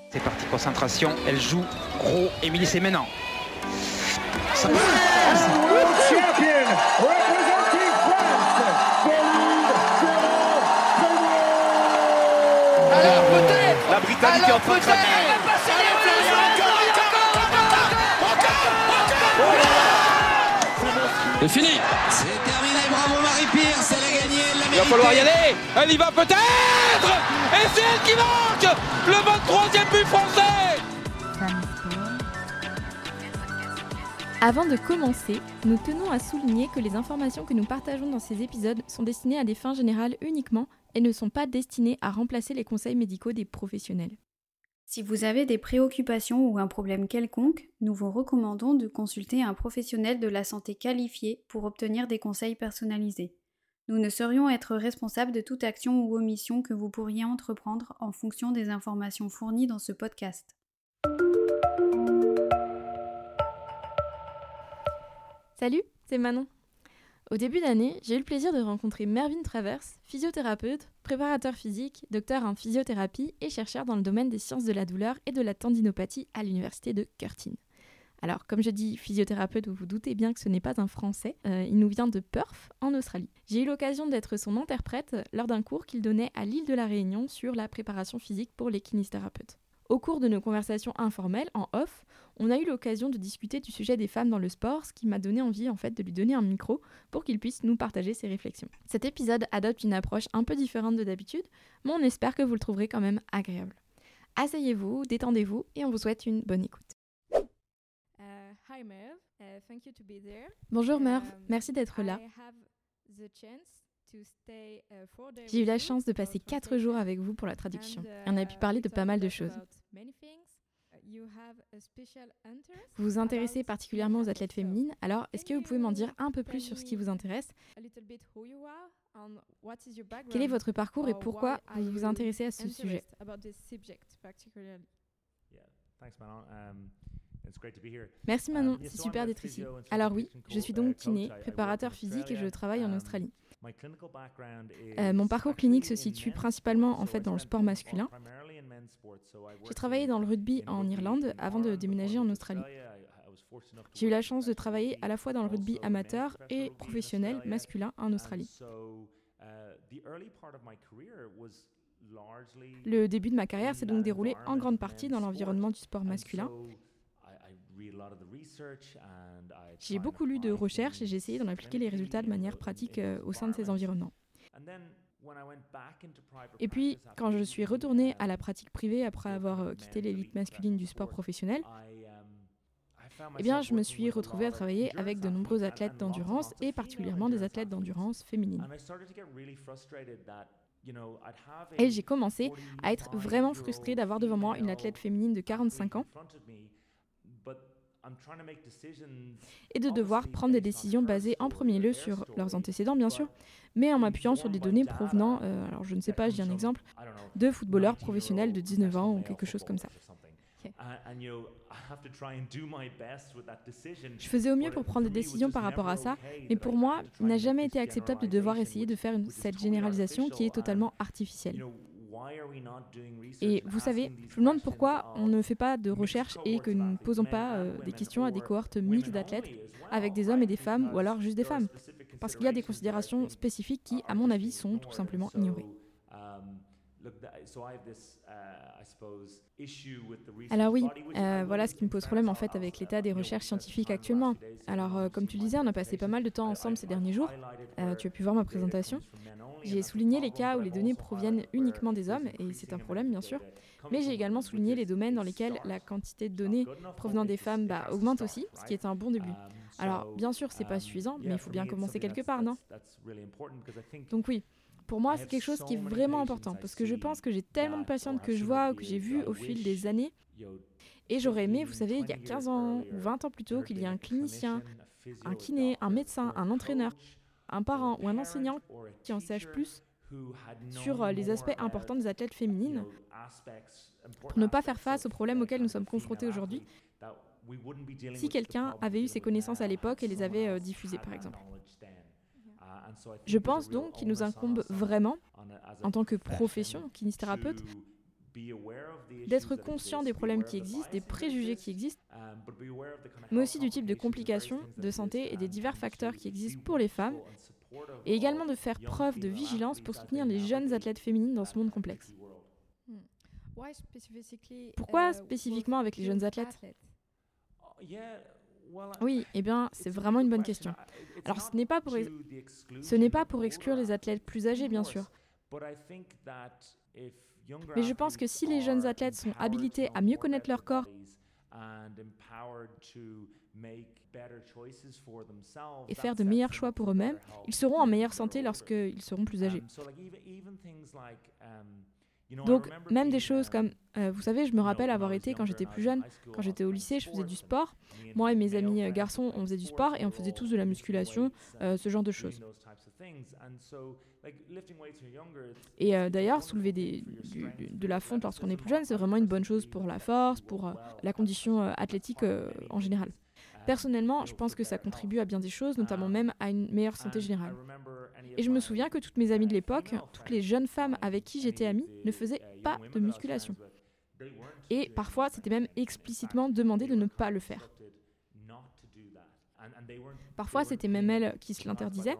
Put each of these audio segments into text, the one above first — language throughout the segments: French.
C'est parti, concentration, elle joue gros. Émilie, c'est maintenant. Ça passe. Alors peut-être la Britannique est en train de craquer. C'est fini. C'est terminé, bravo Marie-Pierce, elle a gagné, elle l'a mérité. Il va falloir y aller. Elle y va peut-être. Et c'est elle qui marque le 23e but français. Avant de commencer, nous tenons à souligner que les informations que nous partageons dans ces épisodes sont destinées à des fins générales uniquement et ne sont pas destinées à remplacer les conseils médicaux des professionnels. Si vous avez des préoccupations ou un problème quelconque, nous vous recommandons de consulter un professionnel de la santé qualifié pour obtenir des conseils personnalisés. Nous ne saurions être responsables de toute action ou omission que vous pourriez entreprendre en fonction des informations fournies dans ce podcast. Salut, c'est Manon. Au début d'année, j'ai eu le plaisir de rencontrer Mervyn Travers, physiothérapeute, préparateur physique, docteur en physiothérapie et chercheur dans le domaine des sciences de la douleur et de la tendinopathie à l'université de Curtin. Alors, comme je dis physiothérapeute, vous vous doutez bien que ce n'est pas un français, il nous vient de Perth, en Australie. J'ai eu l'occasion d'être son interprète lors d'un cours qu'il donnait à l'île de la Réunion sur la préparation physique pour les kinésithérapeutes. Au cours de nos conversations informelles, en off, on a eu l'occasion de discuter du sujet des femmes dans le sport, ce qui m'a donné envie de lui donner un micro pour qu'il puisse nous partager ses réflexions. Cet épisode adopte une approche un peu différente de d'habitude, mais on espère que vous le trouverez quand même agréable. Asseyez-vous, détendez-vous et on vous souhaite une bonne écoute. Hi Merv, thank you to be there. Bonjour Merv, merci d'être là. J'ai eu la chance de passer 4 jours avec vous pour la traduction et on a pu parler de pas mal de choses. Vous vous intéressez particulièrement aux athlètes féminines, alors est-ce que vous pouvez m'en dire un peu plus sur ce qui vous intéresse ? Quel est votre parcours et pourquoi vous vous intéressez à ce sujet ? Merci Manon, c'est super d'être ici. Alors oui, je suis donc kiné, préparateur physique et je travaille en Australie. Mon parcours clinique se situe principalement dans le sport masculin. J'ai travaillé dans le rugby en Irlande avant de déménager en Australie. J'ai eu la chance de travailler à la fois dans le rugby amateur et professionnel masculin en Australie. Le début de ma carrière s'est donc déroulé en grande partie dans l'environnement du sport masculin. J'ai beaucoup lu de recherches et j'ai essayé d'en appliquer les résultats de manière pratique au sein de ces environnements. Et puis, quand je suis retournée à la pratique privée après avoir quitté l'élite masculine du sport professionnel, je me suis retrouvée à travailler avec de nombreux athlètes d'endurance et particulièrement des athlètes d'endurance féminines. Et j'ai commencé à être vraiment frustrée d'avoir devant moi une athlète féminine de 45 ans et de devoir prendre des décisions basées en premier lieu sur leurs antécédents, bien sûr, mais en m'appuyant sur des données provenant, alors je ne sais pas, je dis un exemple, de footballeurs professionnels de 19 ans ou quelque chose comme ça. Je faisais au mieux pour prendre des décisions par rapport à ça, mais pour moi, il n'a jamais été acceptable de devoir essayer de faire cette généralisation qui est totalement artificielle. Et vous savez, je me demande pourquoi on ne fait pas de recherche et que nous ne posons pas des questions à des cohortes mixtes d'athlètes avec des hommes et des femmes ou alors juste des femmes. Parce qu'il y a des considérations spécifiques qui, à mon avis, sont tout simplement ignorées. Alors oui, voilà ce qui me pose problème avec l'état des recherches scientifiques actuellement. Alors comme tu le disais, on a passé pas mal de temps ensemble ces derniers jours. Tu as pu voir ma présentation. J'ai souligné les cas où les données proviennent uniquement des hommes, et c'est un problème bien sûr, mais j'ai également souligné les domaines dans lesquels la quantité de données provenant des femmes augmente aussi, ce qui est un bon début. Alors bien sûr, c'est pas suffisant, mais il faut bien commencer quelque part, non ? Donc oui, pour moi, c'est quelque chose qui est vraiment important, parce que je pense que j'ai tellement de patientes que je vois ou que j'ai vues au fil des années, et j'aurais aimé, vous savez, il y a 15 ans ou 20 ans plus tôt, qu'il y ait un clinicien, un kiné, un médecin, un entraîneur, un parent ou un enseignant qui en sache plus sur les aspects importants des athlètes féminines pour ne pas faire face aux problèmes auxquels nous sommes confrontés aujourd'hui si quelqu'un avait eu ces connaissances à l'époque et les avait diffusées par exemple. Je pense donc qu'il nous incombe vraiment, en tant que profession kinésithérapeute, d'être conscient des problèmes qui existent, des préjugés qui existent, mais aussi du type de complications de santé et des divers facteurs qui existent pour les femmes, et également de faire preuve de vigilance pour soutenir les jeunes athlètes féminines dans ce monde complexe. Pourquoi spécifiquement avec les jeunes athlètes ? Oui, eh bien, c'est vraiment une bonne question. Alors, ce n'est pas pour exclure les athlètes plus âgés, bien sûr. Mais je pense que si les jeunes athlètes sont habilités à mieux connaître leur corps et faire de meilleurs choix pour eux-mêmes, ils seront en meilleure santé lorsqu'ils seront plus âgés. Donc, même des choses comme, vous savez, je me rappelle avoir été, quand j'étais plus jeune, quand j'étais au lycée, je faisais du sport. Moi et mes amis garçons, on faisait du sport et on faisait tous de la musculation, ce genre de choses. Et d'ailleurs, soulever de la fonte lorsqu'on est plus jeune, c'est vraiment une bonne chose pour la force, pour la condition athlétique en général. Personnellement, je pense que ça contribue à bien des choses, notamment même à une meilleure santé générale. Et je me souviens que toutes mes amies de l'époque, toutes les jeunes femmes avec qui j'étais amie, ne faisaient pas de musculation. Et parfois, c'était même explicitement demandé de ne pas le faire. Parfois, c'était même elles qui se l'interdisaient,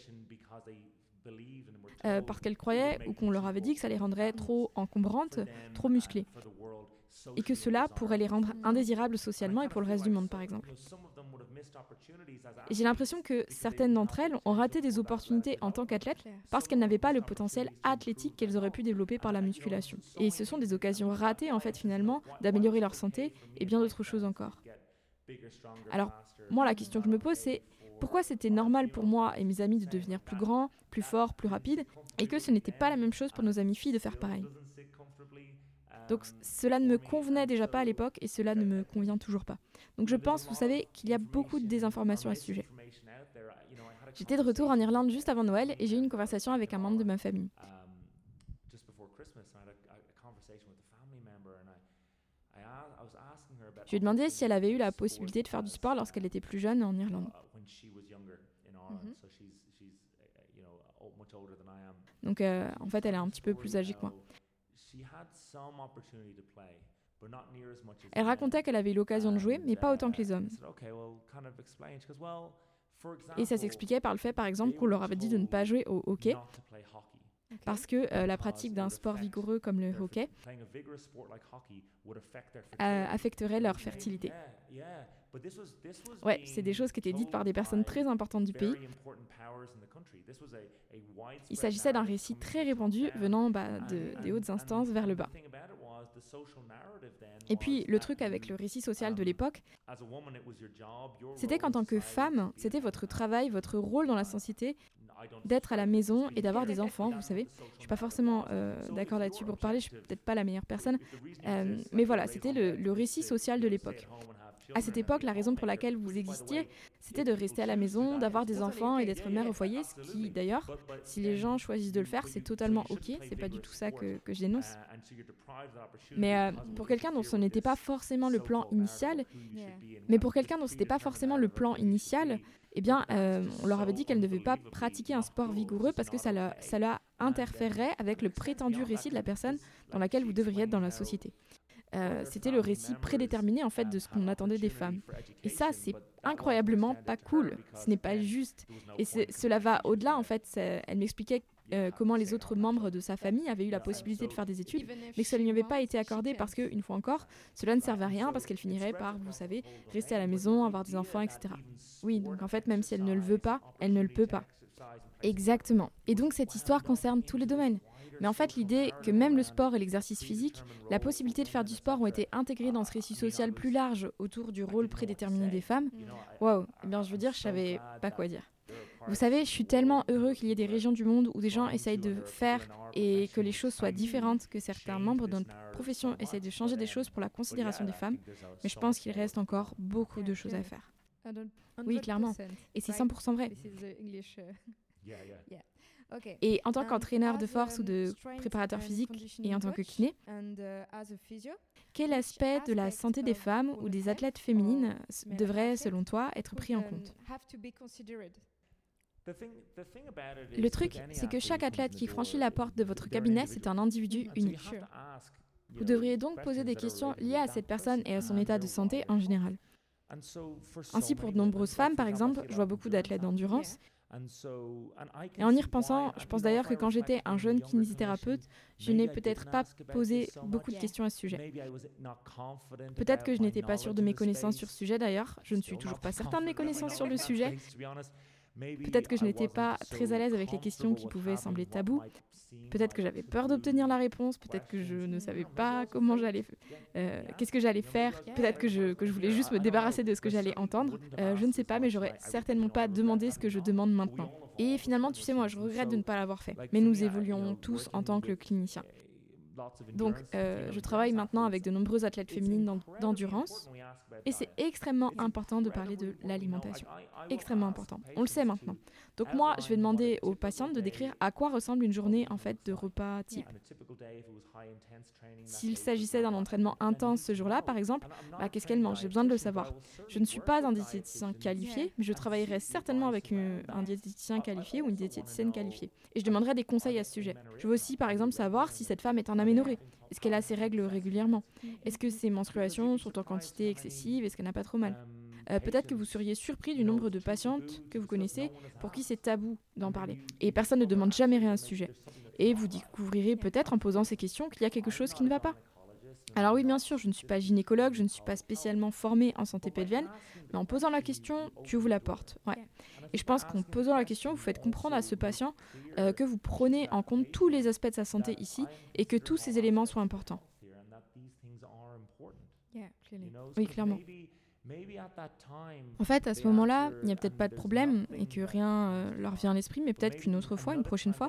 parce qu'elles croyaient ou qu'on leur avait dit que ça les rendrait trop encombrantes, trop musclées. Et que cela pourrait les rendre indésirables socialement et pour le reste du monde, par exemple. Et j'ai l'impression que certaines d'entre elles ont raté des opportunités en tant qu'athlètes parce qu'elles n'avaient pas le potentiel athlétique qu'elles auraient pu développer par la musculation. Et ce sont des occasions ratées, en fait, finalement, d'améliorer leur santé et bien d'autres choses encore. Alors, moi, la question que je me pose, c'est pourquoi c'était normal pour moi et mes amis de devenir plus grands, plus forts, plus rapides, et que ce n'était pas la même chose pour nos amies filles de faire pareil. Donc cela ne me convenait déjà pas à l'époque et cela ne me convient toujours pas. Donc je pense, vous savez, qu'il y a beaucoup de désinformation à ce sujet. J'étais de retour en Irlande juste avant Noël et j'ai eu une conversation avec un membre de ma famille. Je lui ai demandé si elle avait eu la possibilité de faire du sport lorsqu'elle était plus jeune en Irlande. Donc en fait, elle est un petit peu plus âgée que moi. Elle racontait qu'elle avait eu l'occasion de jouer, mais pas autant que les hommes. Et ça s'expliquait par le fait, par exemple, qu'on leur avait dit de ne pas jouer au hockey, parce que la pratique d'un sport vigoureux comme le hockey affecterait leur fertilité. Ouais, c'est des choses qui étaient dites par des personnes très importantes du pays. Il s'agissait d'un récit très répandu venant des hautes instances vers le bas. Et puis, le truc avec le récit social de l'époque, c'était qu'en tant que femme, c'était votre travail, votre rôle dans la société, d'être à la maison et d'avoir des enfants, vous savez. Je ne suis pas forcément d'accord là-dessus pour parler, je ne suis peut-être pas la meilleure personne. Mais voilà, c'était le récit social de l'époque. À cette époque, la raison pour laquelle vous existiez, c'était de rester à la maison, d'avoir des enfants et d'être mère au foyer, ce qui, d'ailleurs, si les gens choisissent de le faire, c'est totalement OK, c'est pas du tout ça que je dénonce. Mais pour quelqu'un dont ce n'était pas forcément le plan initial, eh bien, on leur avait dit qu'elle ne devait pas pratiquer un sport vigoureux parce que ça la interférerait avec le prétendu récit de la personne dans laquelle vous devriez être dans la société. C'était le récit prédéterminé en fait de ce qu'on attendait des femmes. Et ça, c'est incroyablement pas cool. Ce n'est pas juste. Et cela va au-delà en fait. Elle m'expliquait comment les autres membres de sa famille avaient eu la possibilité de faire des études, mais que ça ne lui avait pas été accordé parce que, une fois encore, cela ne servait à rien parce qu'elle finirait par, vous savez, rester à la maison, avoir des enfants, etc. Oui, donc en fait, même si elle ne le veut pas, elle ne le peut pas. Exactement. Et donc cette histoire concerne tous les domaines. Mais en fait, l'idée que même le sport et l'exercice physique, la possibilité de faire du sport ont été intégrés dans ce récit social plus large autour du rôle prédéterminé des femmes, waouh, eh bien je veux dire, je savais pas quoi dire. Vous savez, je suis tellement heureux qu'il y ait des régions du monde où des gens essayent de faire et que les choses soient différentes, que certains membres de notre profession essayent de changer des choses pour la considération des femmes, mais je pense qu'il reste encore beaucoup de choses à faire. Oui, clairement. Et c'est 100% vrai. Et en tant qu'entraîneur de force ou de préparateur physique et en tant que kiné, quel aspect de la santé des femmes ou des athlètes féminines devrait, selon toi, être pris en compte ? Le truc, c'est que chaque athlète qui franchit la porte de votre cabinet, c'est un individu unique. Vous devriez donc poser des questions liées à cette personne et à son état de santé en général. Ainsi, pour de nombreuses femmes, par exemple, je vois beaucoup d'athlètes d'endurance. Et en y repensant, je pense d'ailleurs que quand j'étais un jeune kinésithérapeute, je n'ai peut-être pas posé beaucoup de questions à ce sujet. Peut-être que je n'étais pas sûre de mes connaissances sur ce sujet d'ailleurs, je ne suis toujours pas certain de mes connaissances sur le sujet. Peut-être que je n'étais pas très à l'aise avec les questions qui pouvaient sembler tabous. Peut-être que j'avais peur d'obtenir la réponse. Peut-être que je ne savais pas qu'est-ce que j'allais faire. Peut-être que je voulais juste me débarrasser de ce que j'allais entendre. Je ne sais pas, mais j'aurais certainement pas demandé ce que je demande maintenant. Et finalement, tu sais, moi, je regrette de ne pas l'avoir fait. Mais nous évoluons tous en tant que cliniciens. Donc, je travaille maintenant avec de nombreuses athlètes féminines d'endurance et c'est extrêmement important de parler de l'alimentation. Extrêmement important. On le sait maintenant. Donc moi, je vais demander aux patientes de décrire à quoi ressemble une journée en fait de repas type. S'il s'agissait d'un entraînement intense ce jour-là, par exemple, qu'est-ce qu'elle mange? J'ai besoin de le savoir. Je ne suis pas un diététicien qualifié, mais je travaillerai certainement avec un diététicien qualifié ou une diététicienne qualifiée. Et je demanderai des conseils à ce sujet. Je veux aussi, par exemple, savoir si cette femme est en aménorrhée. Est-ce qu'elle a ses règles régulièrement? Est-ce que ses menstruations sont en quantité excessive? Est-ce qu'elle n'a pas trop mal? Peut-être que vous seriez surpris du nombre de patientes que vous connaissez pour qui c'est tabou d'en parler. Et personne ne demande jamais rien à ce sujet. Et vous découvrirez peut-être en posant ces questions qu'il y a quelque chose qui ne va pas. Alors oui, bien sûr, je ne suis pas gynécologue, je ne suis pas spécialement formée en santé pelvienne, mais en posant la question, tu ouvres la porte. Ouais. Et je pense qu'en posant la question, vous faites comprendre à ce patient que vous prenez en compte tous les aspects de sa santé ici et que tous ces éléments sont importants. Oui, clairement. En fait, à ce moment-là, il n'y a peut-être pas de problème et que rien leur vient à l'esprit, mais peut-être qu'une autre fois, une prochaine fois,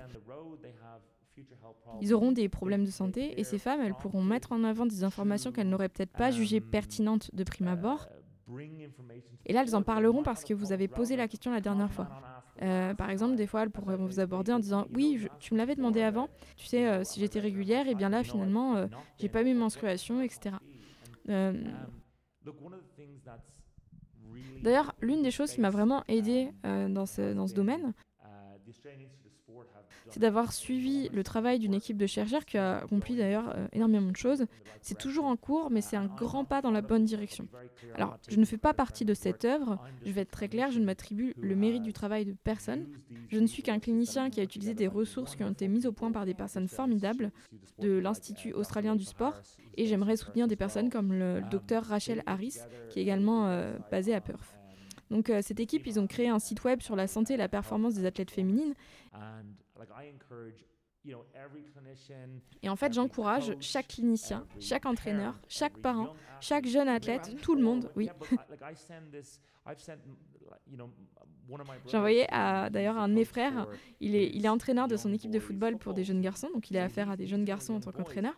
ils auront des problèmes de santé et ces femmes, elles pourront mettre en avant des informations qu'elles n'auraient peut-être pas jugées pertinentes de prime abord. Et là, elles en parleront parce que vous avez posé la question la dernière fois. Par exemple, des fois, elles pourraient vous aborder en disant « Oui, tu me l'avais demandé avant, tu sais, si j'étais régulière, et bien là, finalement, j'ai pas eu mes menstruations, etc. » D'ailleurs, l'une des choses qui m'a vraiment aidée dans ce domaine, c'est d'avoir suivi le travail d'une équipe de chercheurs qui a accompli d'ailleurs énormément de choses. C'est toujours en cours, mais c'est un grand pas dans la bonne direction. Alors, je ne fais pas partie de cette œuvre, je vais être très claire, je ne m'attribue le mérite du travail de personne. Je ne suis qu'un clinicien qui a utilisé des ressources qui ont été mises au point par des personnes formidables de l'Institut australien du sport, et j'aimerais soutenir des personnes comme le docteur Rachel Harris, qui est également basée à Perth. Donc cette équipe, ils ont créé un site web sur la santé et la performance des athlètes féminines. Et en fait, j'encourage chaque clinicien, chaque entraîneur, chaque parent, chaque jeune athlète, tout le monde, oui. J'ai envoyé d'ailleurs à un de mes frères, il est entraîneur de son équipe de football pour des jeunes garçons, donc il a affaire à des jeunes garçons en tant qu'entraîneur.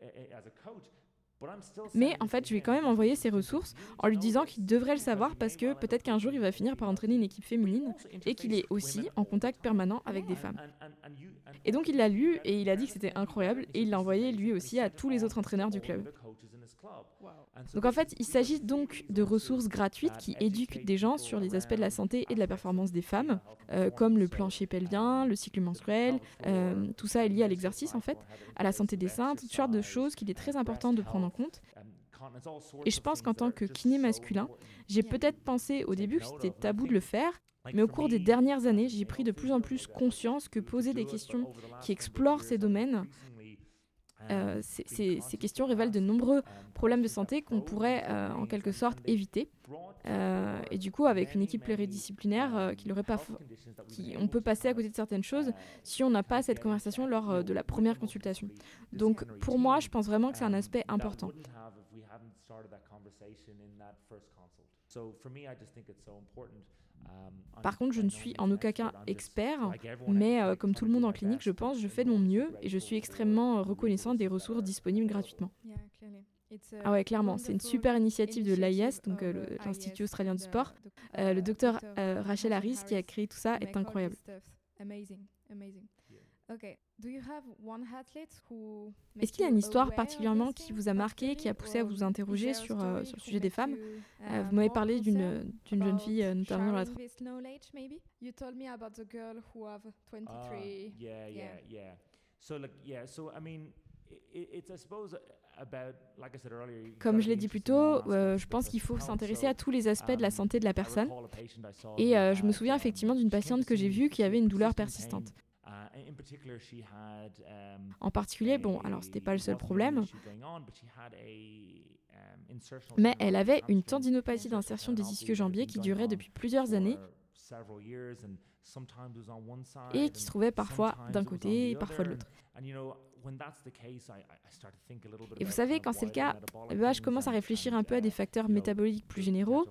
Mais en fait, je lui ai quand même envoyé ses ressources en lui disant qu'il devrait le savoir parce que peut-être qu'un jour, il va finir par entraîner une équipe féminine et qu'il est aussi en contact permanent avec des femmes. Et donc, il l'a lu et il a dit que c'était incroyable et il l'a envoyé lui aussi à tous les autres entraîneurs du club. Donc en fait, il s'agit donc de ressources gratuites qui éduquent des gens sur les aspects de la santé et de la performance des femmes, comme le plancher pelvien, le cycle menstruel, tout ça est lié à l'exercice en fait, à la santé des seins, toutes sortes de choses qu'il est très important de prendre en compte. Et je pense qu'en tant que kiné masculin, j'ai peut-être pensé au début que c'était tabou de le faire, mais au cours des dernières années, j'ai pris de plus en plus conscience que poser des questions qui explorent ces domaines, ces questions révèlent de nombreux problèmes de santé qu'on pourrait en quelque sorte éviter. Et du coup, avec une équipe pluridisciplinaire, on peut passer à côté de certaines choses si on n'a pas cette conversation lors de la première consultation. Donc pour moi, je pense vraiment que c'est un aspect important. Par contre, je ne suis en aucun cas expert, mais comme tout le monde en clinique, je fais de mon mieux et je suis extrêmement reconnaissant des ressources disponibles gratuitement. Ah ouais, clairement, c'est une super initiative de l'AIS, donc l'Institut australien du sport. Le docteur Rachel Harris qui a créé tout ça est incroyable. Est-ce qu'il y a une histoire particulièrement qui vous a marqué, qui a poussé à vous interroger sur le sujet des femmes? Vous m'avez parlé d'une jeune fille, notamment dans la Comme je l'ai dit plus tôt, je pense qu'il faut s'intéresser à tous les aspects de la santé de la personne. Et je me souviens effectivement d'une patiente que j'ai vue qui avait une douleur persistante. En particulier, bon, alors c'était pas le seul problème, mais elle avait une tendinopathie d'insertion des ischio-jambiers qui durait depuis plusieurs années et qui se trouvait parfois d'un côté et parfois de l'autre. Et vous savez, quand c'est le cas, je commence à réfléchir un peu à des facteurs métaboliques plus généraux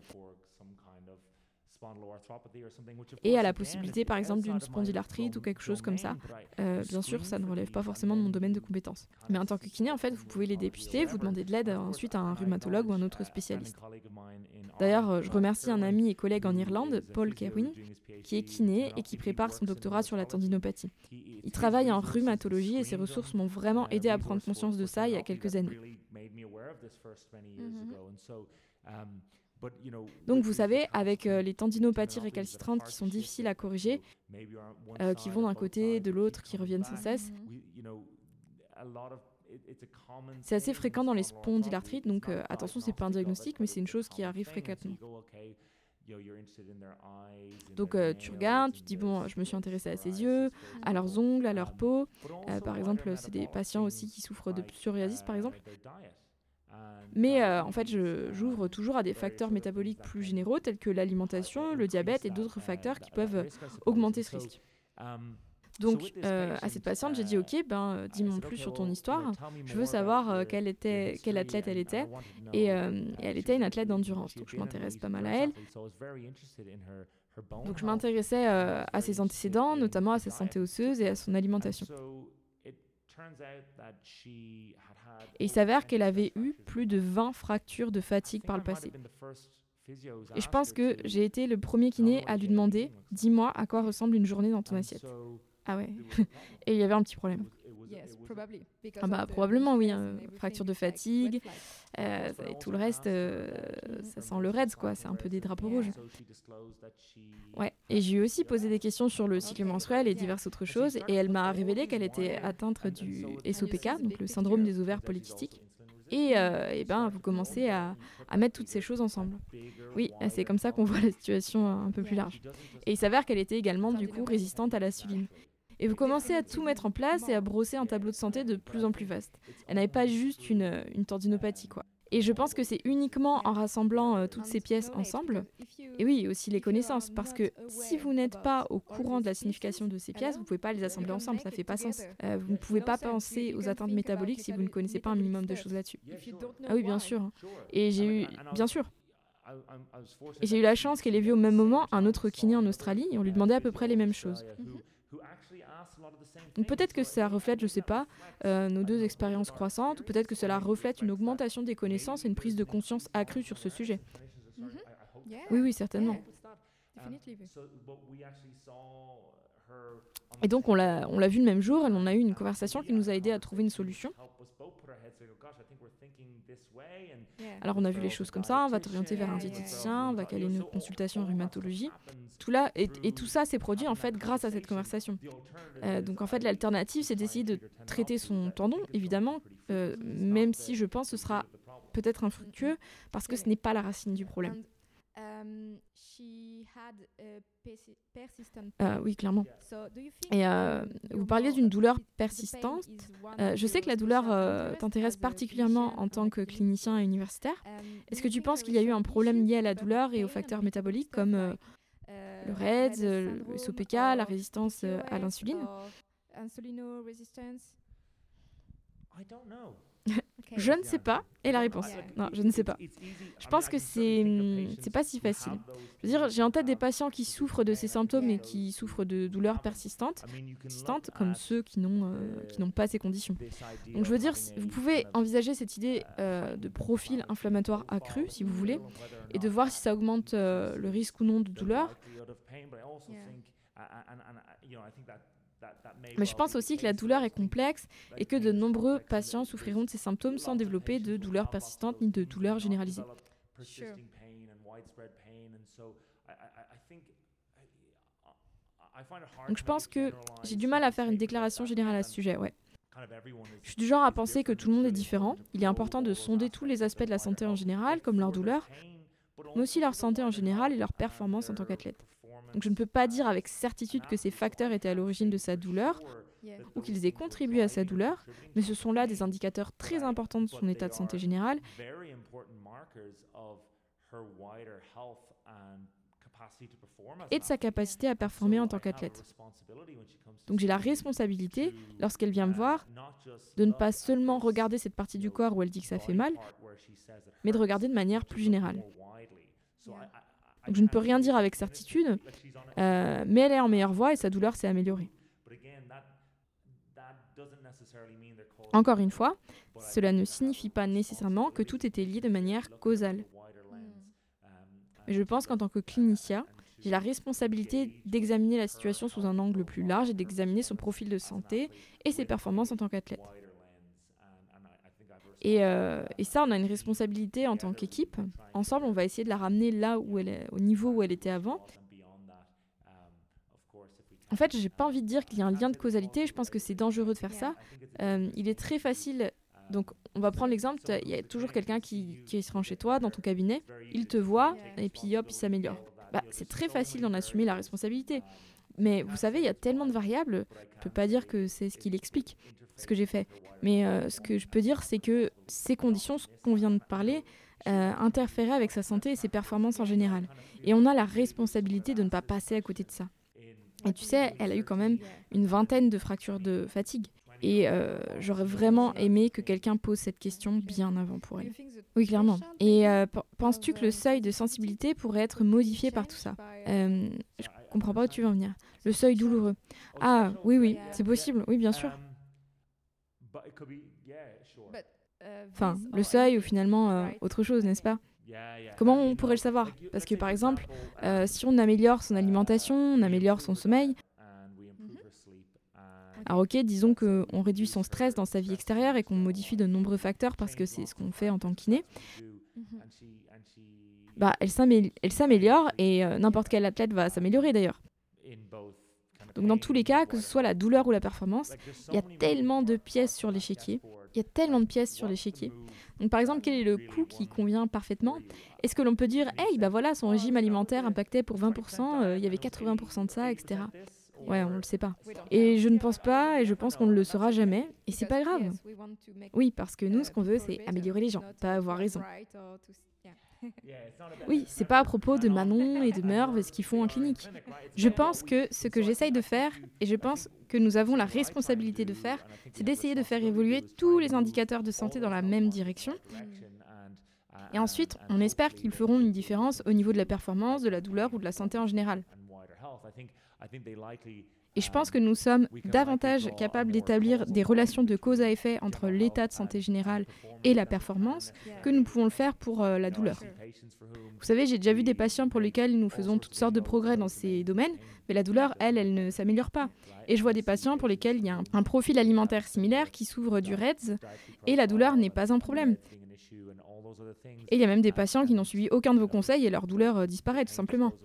et à la possibilité, par exemple, d'une spondylarthrite ou quelque chose comme ça. Bien sûr, ça ne relève pas forcément de mon domaine de compétences. Mais en tant que kiné, en fait, vous pouvez les dépister, vous demander de l'aide ensuite à un rhumatologue ou un autre spécialiste. D'ailleurs, je remercie un ami et collègue en Irlande, Paul Kerwin, qui est kiné et qui prépare son doctorat sur la tendinopathie. Il travaille en rhumatologie et ses ressources m'ont vraiment aidé à prendre conscience de ça il y a quelques années. Donc vous savez, avec les tendinopathies récalcitrantes qui sont difficiles à corriger, qui vont d'un côté, de l'autre, qui reviennent sans cesse, c'est assez fréquent dans les spondylarthrites, donc attention, c'est pas un diagnostic, mais c'est une chose qui arrive fréquemment. Donc tu regardes, tu te dis bon, je me suis intéressée à ses yeux, à leurs ongles, à leur peau. Par exemple, c'est des patients aussi qui souffrent de psoriasis, par exemple. Mais en fait, j'ouvre toujours à des facteurs métaboliques plus généraux tels que l'alimentation, le diabète et d'autres facteurs qui peuvent augmenter ce risque. Donc, à cette patiente, j'ai dit ok, dis-moi plus sur ton histoire. Je veux savoir quelle athlète elle était. Et elle était une athlète d'endurance, donc je m'intéresse pas mal à elle. Donc, je m'intéressais à ses antécédents, notamment à sa santé osseuse et à son alimentation. Et il s'avère qu'elle avait eu plus de 20 fractures de fatigue par le passé. Et je pense que j'ai été le premier kiné à lui demander « Dis-moi à quoi ressemble une journée dans ton assiette ?» Ah ouais. Et il y avait un petit problème. Probablement oui, fracture de fatigue, et tout le reste, ça sent le Reds, quoi. C'est un peu des drapeaux rouges. Ouais. Et j'ai aussi posé des questions sur le cycle menstruel et diverses autres choses, et elle m'a révélé qu'elle était atteinte du SOPK, donc le syndrome des ovaires polykystiques. Et vous commencez à mettre toutes ces choses ensemble. Oui, c'est comme ça qu'on voit la situation un peu plus large. Et il s'avère qu'elle était également du coup résistante à l'insuline. Et vous commencez à tout mettre en place et à brosser un tableau de santé de plus en plus vaste. Elle n'avait pas juste une tendinopathie, quoi. Et je pense que c'est uniquement en rassemblant toutes ces pièces ensemble, et oui, aussi les connaissances, parce que si vous n'êtes pas au courant de la signification de ces pièces, vous ne pouvez pas les assembler ensemble, ça ne fait pas sens. Vous ne pouvez pas penser aux atteintes métaboliques si vous ne connaissez pas un minimum de choses là-dessus. Ah oui, bien sûr. Et j'ai eu... Bien sûr. Et j'ai eu la chance qu'elle ait vu au même moment un autre kiné en Australie, et on lui demandait à peu près les mêmes choses. Donc peut-être que ça reflète, je sais pas, nos deux expériences croissantes, ou peut-être que cela reflète une augmentation des connaissances et une prise de conscience accrue sur ce sujet. Oui, certainement. Et donc on l'a vu le même jour, et on a eu une conversation qui nous a aidé à trouver une solution. Alors on a vu les choses comme ça, on va t'orienter vers un diététicien, on va caler une consultation en rhumatologie. Tout là, et tout ça s'est produit en fait grâce à cette conversation. Donc en fait l'alternative c'est d'essayer de traiter son tendon, évidemment, même si je pense que ce sera peut-être infructueux parce que ce n'est pas la racine du problème. Oui, clairement. Et vous parliez d'une douleur persistante. Je sais que la douleur t'intéresse particulièrement en tant que clinicien et universitaire. Est-ce que tu penses qu'il y a eu un problème lié à la douleur et aux facteurs métaboliques comme le REDS, le SOPK, la résistance à l'insuline? Je ne sais pas. Et la réponse? Non, je ne sais pas. Je pense que c'est pas si facile. Je veux dire, j'ai en tête des patients qui souffrent de ces symptômes et qui souffrent de douleurs persistantes, comme ceux qui n'ont pas ces conditions. Donc je veux dire, vous pouvez envisager cette idée de profil inflammatoire accru, si vous voulez, et de voir si ça augmente le risque ou non de douleur. Mais je pense aussi que la douleur est complexe et que de nombreux patients souffriront de ces symptômes sans développer de douleurs persistantes ni de douleurs généralisées. Donc je pense que j'ai du mal à faire une déclaration générale à ce sujet, ouais. Je suis du genre à penser que tout le monde est différent. Il est important de sonder tous les aspects de la santé en général, comme leur douleur, mais aussi leur santé en général et leur performance en tant qu'athlète. Donc je ne peux pas dire avec certitude que ces facteurs étaient à l'origine de sa douleur ou qu'ils aient contribué à sa douleur, mais ce sont là des indicateurs très importants de son état de santé général et de sa capacité à performer en tant qu'athlète. Donc j'ai la responsabilité, lorsqu'elle vient me voir, de ne pas seulement regarder cette partie du corps où elle dit que ça fait mal, mais de regarder de manière plus générale. Donc je ne peux rien dire avec certitude, mais elle est en meilleure voie et sa douleur s'est améliorée. Encore une fois, cela ne signifie pas nécessairement que tout était lié de manière causale. Mais je pense qu'en tant que clinicien, j'ai la responsabilité d'examiner la situation sous un angle plus large et d'examiner son profil de santé et ses performances en tant qu'athlète. Et ça, on a une responsabilité en tant qu'équipe. Ensemble, on va essayer de la ramener là où elle est, au niveau où elle était avant. En fait, j'ai pas envie de dire qu'il y a un lien de causalité. Je pense que c'est dangereux de faire ça. Il est très facile. Donc, on va prendre l'exemple. Il y a toujours quelqu'un qui se rend chez toi, dans ton cabinet. Il te voit et puis hop, il s'améliore. C'est très facile d'en assumer la responsabilité. Mais vous savez, il y a tellement de variables. Je peux pas dire que c'est ce qui l'explique, ce que j'ai fait. Mais ce que je peux dire, c'est que ces conditions, ce qu'on vient de parler, interféraient avec sa santé et ses performances en général. Et on a la responsabilité de ne pas passer à côté de ça. Et tu sais, elle a eu quand même une vingtaine de fractures de fatigue. Et j'aurais vraiment aimé que quelqu'un pose cette question bien avant pour elle. Oui, clairement. Et penses-tu que le seuil de sensibilité pourrait être modifié par tout ça ? Je comprends pas où tu veux en venir. Le seuil douloureux. Ah, oui, c'est possible. Oui, bien sûr. Enfin, le seuil ou finalement autre chose, n'est-ce pas ? Comment on pourrait le savoir ? Parce que par exemple, si on améliore son alimentation, on améliore son sommeil. Alors ok, disons qu'on réduit son stress dans sa vie extérieure et qu'on modifie de nombreux facteurs parce que c'est ce qu'on fait en tant que kiné. Elle s'améliore et n'importe quel athlète va s'améliorer d'ailleurs. Donc dans tous les cas, que ce soit la douleur ou la performance, il y a tellement de pièces sur l'échiquier. Donc par exemple, quel est le coût qui convient parfaitement ? Est-ce que l'on peut dire, hey, voilà, son régime alimentaire impactait pour 20%, il y avait 80% de ça, etc. Ouais, on ne le sait pas. Et je ne pense pas, et je pense qu'on ne le saura jamais, et c'est pas grave. Oui, parce que nous, ce qu'on veut, c'est améliorer les gens, pas avoir raison. Oui, c'est pas à propos de Manon et de Merv et ce qu'ils font en clinique. Je pense que ce que j'essaye de faire, et je pense que nous avons la responsabilité de faire, c'est d'essayer de faire évoluer tous les indicateurs de santé dans la même direction. Et ensuite, on espère qu'ils feront une différence au niveau de la performance, de la douleur ou de la santé en général. Et je pense que nous sommes davantage capables d'établir des relations de cause à effet entre l'état de santé général et la performance que nous pouvons le faire pour la douleur. Vous savez, j'ai déjà vu des patients pour lesquels nous faisons toutes sortes de progrès dans ces domaines, mais la douleur, elle ne s'améliore pas. Et je vois des patients pour lesquels il y a un profil alimentaire similaire qui s'ouvre du REDS et la douleur n'est pas un problème. Et il y a même des patients qui n'ont suivi aucun de vos conseils et leur douleur disparaît tout simplement.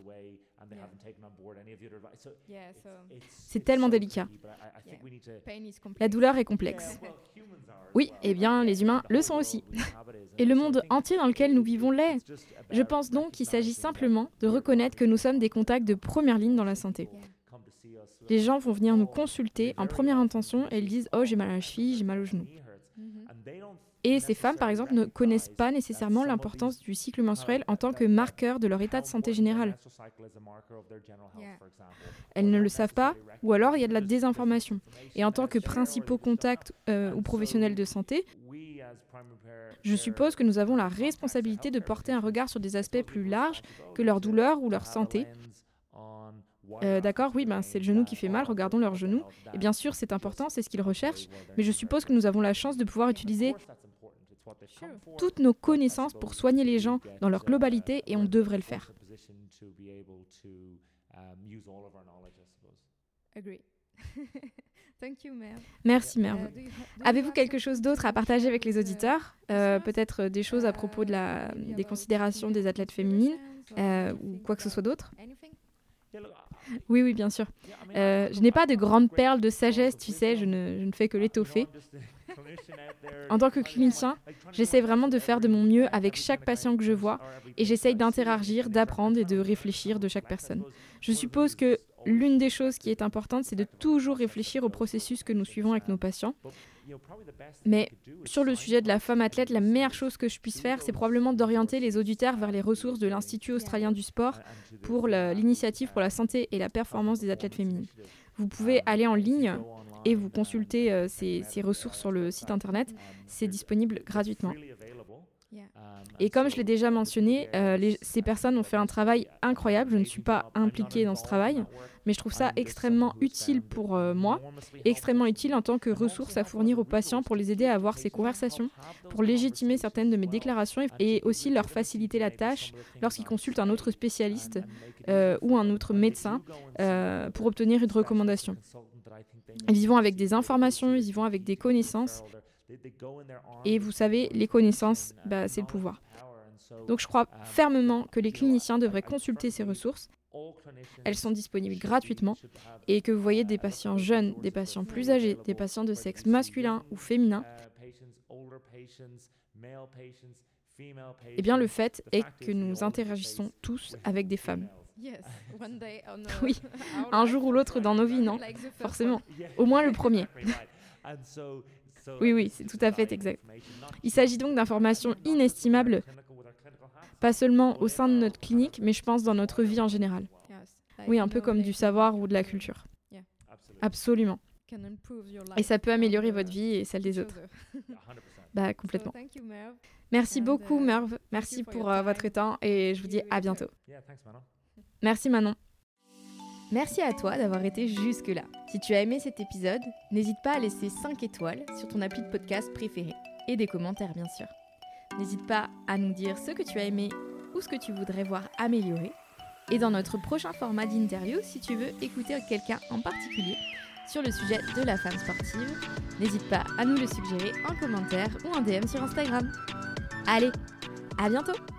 C'est tellement délicat. La douleur est complexe. Oui, eh bien, les humains le sont aussi. Et le monde entier dans lequel nous vivons l'est. Je pense donc qu'il s'agit simplement de reconnaître que nous sommes des contacts de première ligne dans la santé. Les gens vont venir nous consulter en première intention et ils disent « Oh, j'ai mal à la cheville, j'ai mal au genou ». Et ces femmes, par exemple, ne connaissent pas nécessairement l'importance du cycle menstruel en tant que marqueur de leur état de santé général. Elles ne le savent pas, ou alors il y a de la désinformation. Et en tant que principaux contacts ou professionnels de santé, je suppose que nous avons la responsabilité de porter un regard sur des aspects plus larges que leur douleur ou leur santé. D'accord, oui, c'est le genou qui fait mal, regardons leur genou. Et bien sûr, c'est important, c'est ce qu'ils recherchent, mais je suppose que nous avons la chance de pouvoir utiliser toutes nos connaissances pour soigner les gens dans leur globalité et on devrait le faire. Merci, Merv. Avez-vous quelque chose d'autre à partager avec les auditeurs ? Peut-être des choses à propos des considérations des athlètes féminines ou quoi que ce soit d'autre ? Oui, bien sûr. Je n'ai pas de grandes perles de sagesse, tu sais, je ne fais que l'étoffer. En tant que clinicien, j'essaie vraiment de faire de mon mieux avec chaque patient que je vois et j'essaye d'interagir, d'apprendre et de réfléchir de chaque personne. Je suppose que l'une des choses qui est importante, c'est de toujours réfléchir au processus que nous suivons avec nos patients. Mais sur le sujet de la femme athlète, la meilleure chose que je puisse faire, c'est probablement d'orienter les auditeurs vers les ressources de l'Institut australien du sport pour l'initiative pour la santé et la performance des athlètes féminines. Vous pouvez aller en ligne et vous consulter ces ressources sur le site internet. C'est disponible gratuitement. Et comme je l'ai déjà mentionné, ces personnes ont fait un travail incroyable. Je ne suis pas impliquée dans ce travail, mais je trouve ça extrêmement utile pour moi, extrêmement utile en tant que ressource à fournir aux patients pour les aider à avoir ces conversations, pour légitimer certaines de mes déclarations et aussi leur faciliter la tâche lorsqu'ils consultent un autre spécialiste ou un autre médecin pour obtenir une recommandation. Ils y vont avec des informations, ils y vont avec des connaissances. Et vous savez, les connaissances, c'est le pouvoir. Donc je crois fermement que les cliniciens devraient consulter ces ressources. Elles sont disponibles gratuitement et que vous voyez des patients jeunes, des patients plus âgés, des patients de sexe masculin ou féminin. Eh bien, le fait est que nous interagissons tous avec des femmes. Oui, un jour ou l'autre dans nos vies, non ? Forcément. Au moins le premier. Oui, c'est tout à fait exact. Il s'agit donc d'informations inestimables, pas seulement au sein de notre clinique, mais je pense dans notre vie en général. Oui, un peu comme du savoir ou de la culture. Absolument. Et ça peut améliorer votre vie et celle des autres. Complètement. Merci beaucoup, Merv. Merci pour votre temps et je vous dis à bientôt. Merci, Manon. Merci à toi d'avoir été jusque-là. Si tu as aimé cet épisode, n'hésite pas à laisser 5 étoiles sur ton appli de podcast préféré et des commentaires bien sûr. N'hésite pas à nous dire ce que tu as aimé ou ce que tu voudrais voir améliorer. Et dans notre prochain format d'interview, si tu veux écouter quelqu'un en particulier sur le sujet de la femme sportive, n'hésite pas à nous le suggérer en commentaire ou en DM sur Instagram. Allez, à bientôt!